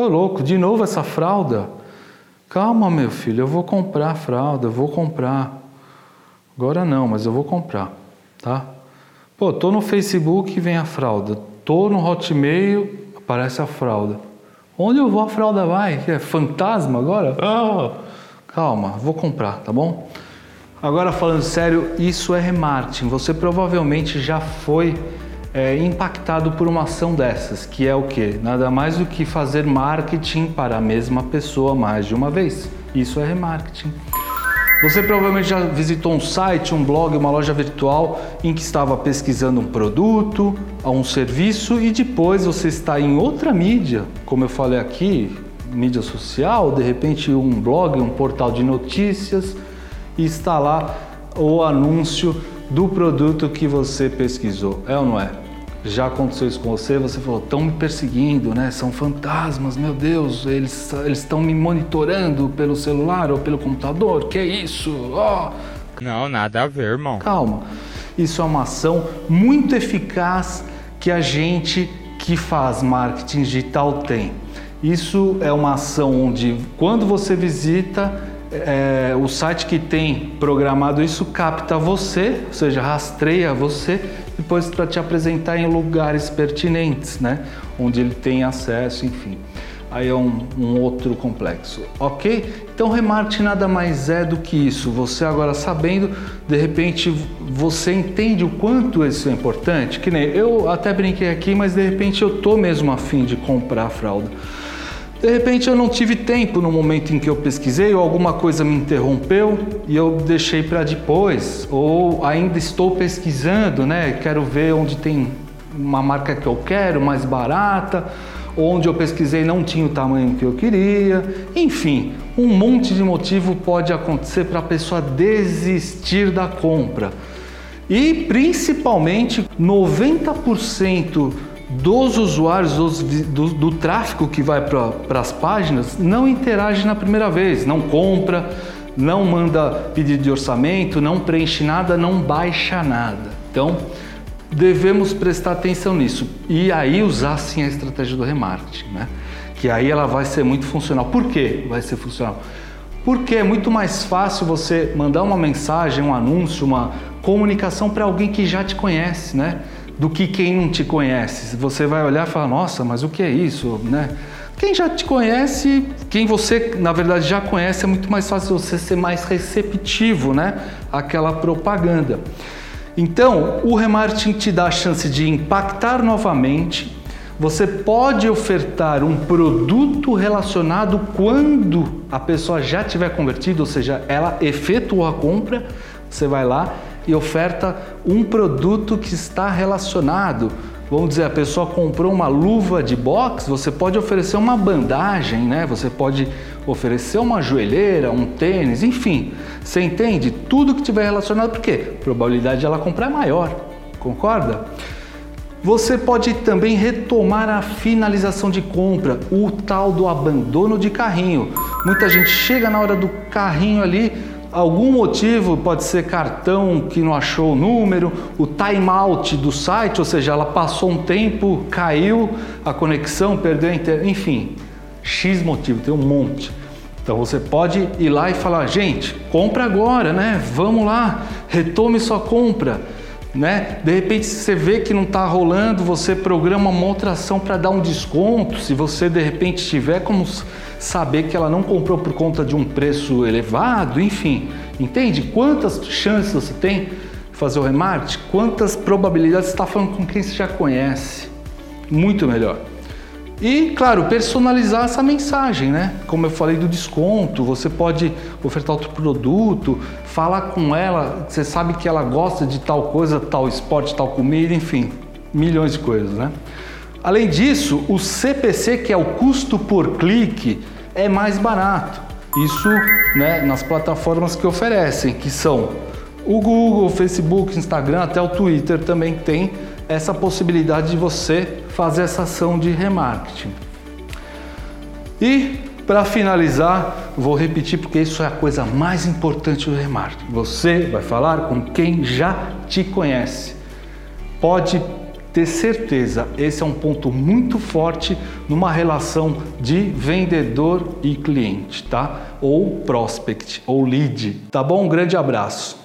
Ô louco, de novo essa fralda? Calma, meu filho, eu vou comprar a fralda, eu vou comprar. Agora não, mas eu vou comprar, tá? Pô, tô no Facebook e vem a fralda. Tô no Hotmail, aparece a fralda. Onde eu vou a fralda vai? É fantasma agora? Calma, vou comprar, tá bom? Agora falando sério, isso é remarketing. Você provavelmente já foi impactado por uma ação dessas, que é o quê? Nada mais do que fazer marketing para a mesma pessoa mais de uma vez. Isso é remarketing. Você provavelmente já visitou um site, um blog, uma loja virtual em que estava pesquisando um produto, um serviço e depois você está em outra mídia, como eu falei aqui, mídia social, de repente um blog, um portal de notícias e está lá o anúncio do produto que você pesquisou. É ou não é? Já aconteceu isso com você? Você falou, estão me perseguindo, né? São fantasmas, meu Deus, eles estão me monitorando pelo celular ou pelo computador, que é isso? Oh. Não, nada a ver, irmão. Calma, isso é uma ação muito eficaz que a gente que faz marketing digital tem. Isso é uma ação onde, quando você visita o site que tem programado isso, capta você, ou seja, rastreia você, depois para te apresentar em lugares pertinentes, né? Onde ele tem acesso, enfim. Aí é um outro complexo, ok? Então, remarketing nada mais é do que isso. Você agora sabendo, de repente, você entende o quanto isso é importante? Que nem eu até brinquei aqui, mas de repente eu tô mesmo a fim de comprar a fralda. De repente eu não tive tempo no momento em que eu pesquisei ou alguma coisa me interrompeu e eu deixei para depois, ou ainda estou pesquisando, né? Quero ver onde tem uma marca que eu quero, mais barata, onde eu pesquisei não tinha o tamanho que eu queria, enfim, um monte de motivo pode acontecer para a pessoa desistir da compra. E principalmente 90% dos usuários, do tráfego que vai para as páginas, não interage na primeira vez, não compra, não manda pedido de orçamento, não preenche nada, não baixa nada. Então, devemos prestar atenção nisso e aí usar sim a estratégia do remarketing, né? Que aí ela vai ser muito funcional. Por quê vai ser funcional? Porque é muito mais fácil você mandar uma mensagem, um anúncio, uma comunicação para alguém que já te conhece, né? Do que quem não te conhece. Você vai olhar e falar, nossa, mas o que é isso, né? Quem já te conhece, quem você na verdade já conhece, é muito mais fácil você ser mais receptivo, né? Àquela propaganda. Então, o remarketing te dá a chance de impactar novamente. Você pode ofertar um produto relacionado quando a pessoa já tiver convertido, ou seja, ela efetuou a compra, você vai lá e oferta um produto que está relacionado. Vamos dizer, a pessoa comprou uma luva de boxe, você pode oferecer uma bandagem, né? Você pode oferecer uma joelheira, um tênis, enfim. Você entende? Tudo que tiver relacionado, por quê? A probabilidade de ela comprar é maior, concorda? Você pode também retomar a finalização de compra, o tal do abandono de carrinho. Muita gente chega na hora do carrinho ali, algum motivo, pode ser cartão que não achou o número, o timeout do site, ou seja, ela passou um tempo, caiu a conexão, perdeu a internet, enfim, X motivo, tem um monte. Então você pode ir lá e falar, gente, compra agora, né? Vamos lá, retome sua compra, né? De repente você vê que não está rolando, você programa uma outra ação para dar um desconto, se você de repente tiver como saber que ela não comprou por conta de um preço elevado, enfim, entende? Quantas chances você tem de fazer o remarketing? Quantas probabilidades você está falando com quem você já conhece? Muito melhor. E, claro, personalizar essa mensagem, né? Como eu falei do desconto, você pode ofertar outro produto, falar com ela, você sabe que ela gosta de tal coisa, tal esporte, tal comida, enfim, milhões de coisas, né? Além disso, o CPC, que é o custo por clique, é mais barato. Isso, né, nas plataformas que oferecem, que são o Google, o Facebook, Instagram, até o Twitter também tem essa possibilidade de você fazer essa ação de remarketing. E, para finalizar, vou repetir porque isso é a coisa mais importante do remarketing. Você vai falar com quem já te conhece. Pode ter certeza. Esse é um ponto muito forte numa relação de vendedor e cliente, tá? Ou prospect, ou lead, tá bom? Um grande abraço.